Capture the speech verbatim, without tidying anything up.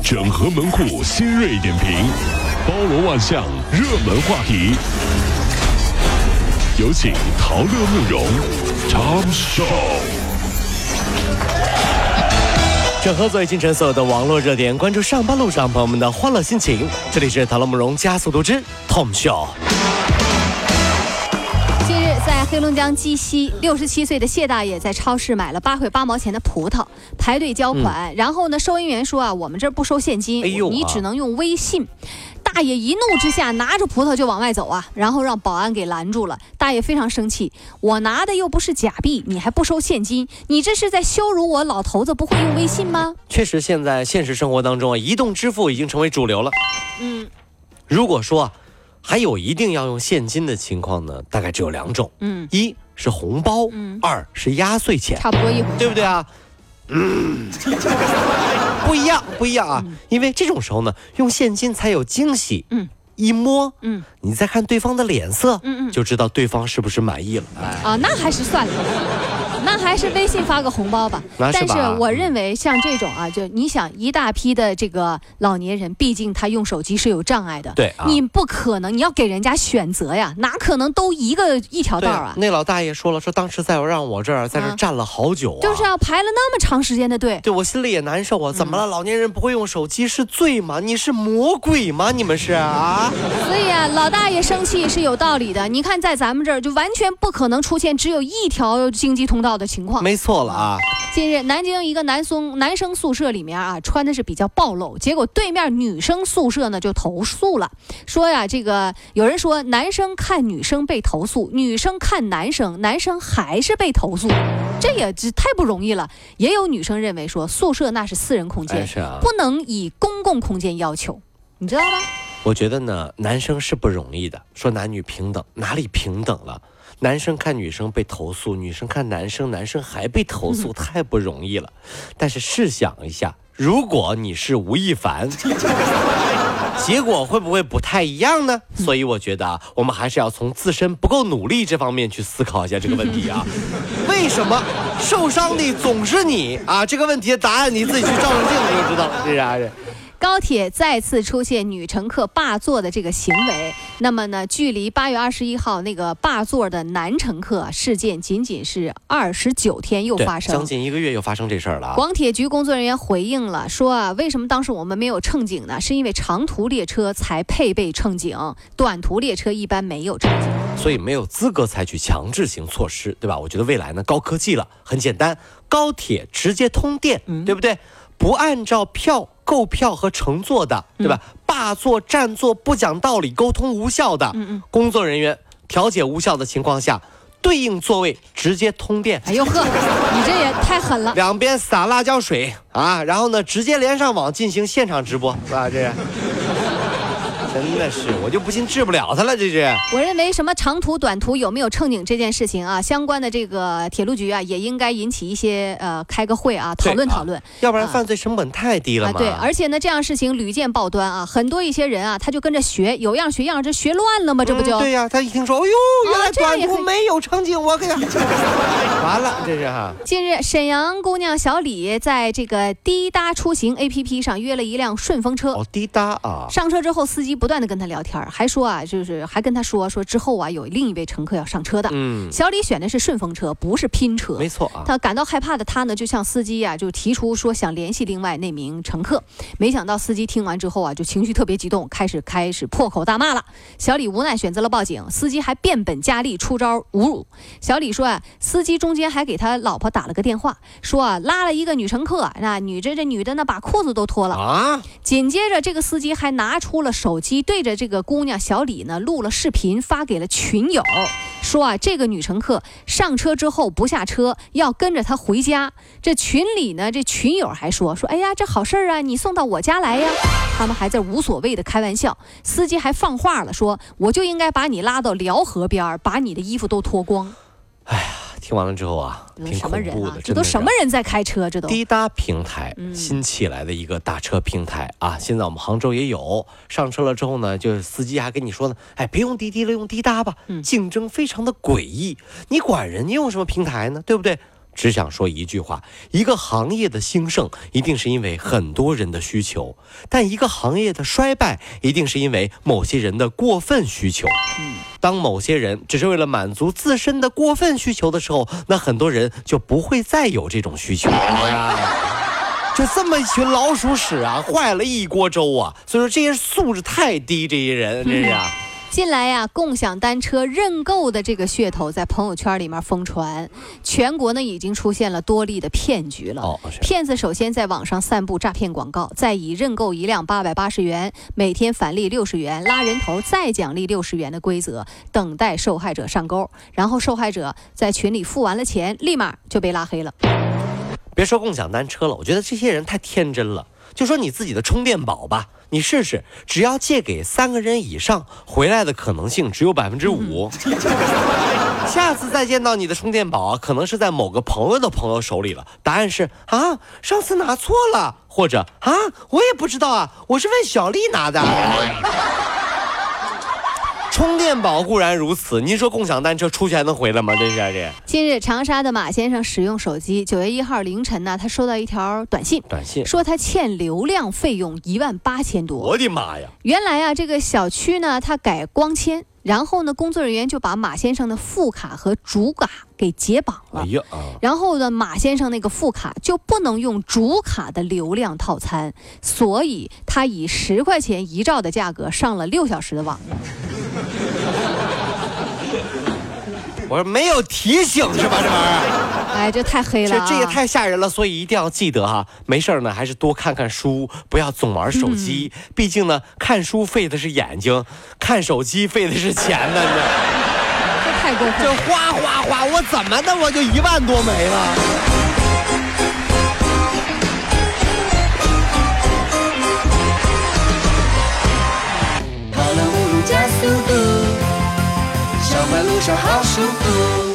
整合门户新锐点评，包罗万象，热门话题。有请陶乐慕容 Tom Show。 整合最近城所有的网络热点，关注上班路上朋友们的欢乐心情。这里是陶乐慕容加速度之 Tom Show。 近日，在黑龙江鸡西，六十七岁的谢大爷在超市买了八块八毛钱的葡萄，排队交款。嗯、然后呢，收银员说啊，我们这儿不收现金，哎呦啊、你只能用微信。大爷一怒之下拿着葡萄就往外走啊，然后让保安给拦住了。大爷非常生气，我拿的又不是假币，你还不收现金，你这是在羞辱我老头子不会用微信吗？ 确实，现在现实生活当中啊，移动支付已经成为主流了。嗯，如果说还有一定要用现金的情况呢，大概只有两种。嗯，一是红包，嗯，二是压岁钱， 差不多一回事， 对不对啊？嗯，不一样，不一样啊！嗯、因为这种时候呢，用现金才有惊喜。嗯，一摸，嗯，你再看对方的脸色，嗯嗯，就知道对方是不是满意了。哎、 啊，那还是算了。那还是微信发个红包吧。 是吧但是我认为像这种啊，就你想一大批的这个老年人，毕竟他用手机是有障碍的。 对、啊， 你不可能，你要给人家选择呀，哪可能都一个一条道啊？ 那老大爷说了，说当时在我让我这儿在这站了好久啊， 就是要排了那么长时间的队。 对，我心里也难受啊。怎么了？嗯、老年人不会用手机是罪吗？你是魔鬼吗？你们是啊？ 所以啊，老大爷生气是有道理的。你看，在咱们这儿就完全不可能出现只有一条经济通道的情况。 没错了啊！ 近日，南京一个男生男生宿舍里面啊，穿的是比较暴露，结果对面女生宿舍呢就投诉了，说呀，这个有人说男生看女生被投诉，女生看男生，男生还是被投诉，这也太不容易了。也有女生认为说，宿舍那是私人空间， 哎啊、 不能以公共空间要求，你知道吗？ 我觉得呢，男生是不容易的，说男女平等，哪里平等了？男生看女生被投诉，女生看男生，男生还被投诉，太不容易了。但是试想一下，如果你是吴亦凡，结果会不会不太一样呢？所以我觉得啊，我们还是要从自身不够努力这方面去思考一下这个问题啊。为什么受伤的总是你啊？这个问题的答案你自己去照照镜子就知道了，是啊。 高铁再次出现女乘客霸座的这个行为，那么呢，距离八月二十一号那个霸座的男乘客事件仅仅是二十九天又发生， 将近一个月又发生这事儿了。 广铁局工作人员回应了，说啊，为什么当时我们没有乘警呢？是因为长途列车才配备乘警，短途列车一般没有乘警， 所以没有资格采取强制性措施，对吧？我觉得未来呢，高科技了，很简单，高铁直接通电，嗯、对不对？不按照票购票和乘坐的，对吧？嗯、霸座占座不讲道理，沟通无效的，嗯嗯工作人员调解无效的情况下，对应座位直接通电。 哎呦呵，你这也太狠了！ 两边撒辣椒水啊，然后呢，直接连上网进行现场直播，是吧？这是。真的是，我就不信治不了他了，这是。 我认为什么长途、短途有没有乘警这件事情啊，相关的这个铁路局啊，也应该引起一些呃开个会啊，讨论讨论、啊， 要不然犯罪成本太低了嘛。 啊、对，而且呢，这样事情屡见报端啊，很多一些人啊，他就跟着学，有样学样，这学乱了吗？这不就？ 嗯、对呀、啊，他一听说，哎呦，原来短途没有乘警，我给他完了，这是哈。 近日，沈阳姑娘小李在这个滴答出行 A P P 上约了一辆顺风车。 哦，滴答啊。 上车之后，司机不断的跟他聊天，还说啊，就是还跟他说说之后啊，有另一位乘客要上车的。嗯，小李选的是顺风车，不是拼车。 没错啊。 他感到害怕的他呢，就向司机啊，就提出说想联系另外那名乘客。没想到司机听完之后啊，就情绪特别激动，开始开始破口大骂了。小李无奈选择了报警，司机还变本加厉出招侮辱。小李说啊，司机中间还给他老婆打了个电话，说啊拉了一个女乘客，那女这这女的呢把裤子都脱了啊。紧接着这个司机还拿出了手机，对着这个姑娘小李呢录了视频发给了群友，说啊这个女乘客上车之后不下车，要跟着她回家。这群里呢这群友还说说哎呀这好事啊，你送到我家来呀。他们还在无所谓的开玩笑，司机还放话了，说我就应该把你拉到辽河边，把你的衣服都脱光。 哎呀，听完了之后啊，挺恐怖的。 这都什么人在开车？这都滴答平台、嗯、新起来的一个打车平台啊，现在我们杭州也有。上车了之后呢，就是司机还跟你说呢，哎，别用滴滴了，用滴答吧。嗯，竞争非常的诡异。你管人家用什么平台呢？对不对？ 只想说一句话：一个行业的兴盛，一定是因为很多人的需求；但一个行业的衰败，一定是因为某些人的过分需求。当某些人只是为了满足自身的过分需求的时候，那很多人就不会再有这种需求。就这么一群老鼠屎啊，坏了一锅粥啊！所以说这些素质太低，这些人真是啊。 近来呀、啊，共享单车认购的这个噱头在朋友圈里面疯传，全国呢已经出现了多例的骗局了。哦，骗子首先在网上散布诈骗广告，再以认购一辆八百八十元，每天返利六十元，拉人头再奖励六十元的规则，等待受害者上钩。然后受害者在群里付完了钱，立马就被拉黑了。 别说共享单车了，我觉得这些人太天真了。就说你自己的充电宝吧，你试试，只要借给三个人以上，回来的可能性只有百分之五。下次再见到你的充电宝啊，可能是在某个朋友的朋友手里了。答案是啊，上次拿错了，或者啊，我也不知道啊，我是问小丽拿的。充电宝固然如此，您说共享单车出去还能回来吗？这是这。 近日，长沙的马先生使用手机，九月一号凌晨呢，他收到一条短信， 短信说他欠流量费用一万八千多。 我的妈呀！ 原来啊，这个小区呢，他改光纤。然后呢，工作人员就把马先生的副卡和主卡给解绑了。哎呀啊！然后呢，马先生那个副卡就不能用主卡的流量套餐，所以他以十块钱一兆的价格上了六小时的网。 我说没有提醒是吧？这玩意儿， 哎，这太黑了、啊， 这这也太吓人了。所以一定要记得哈，没事呢，还是多看看书，不要总玩手机。嗯、毕竟呢，看书费的是眼睛，看手机费的是钱呢。 这太过分了， 这哗哗哗，我怎么的我就一万多没了。 跑了五路加速度，上班路上好舒服。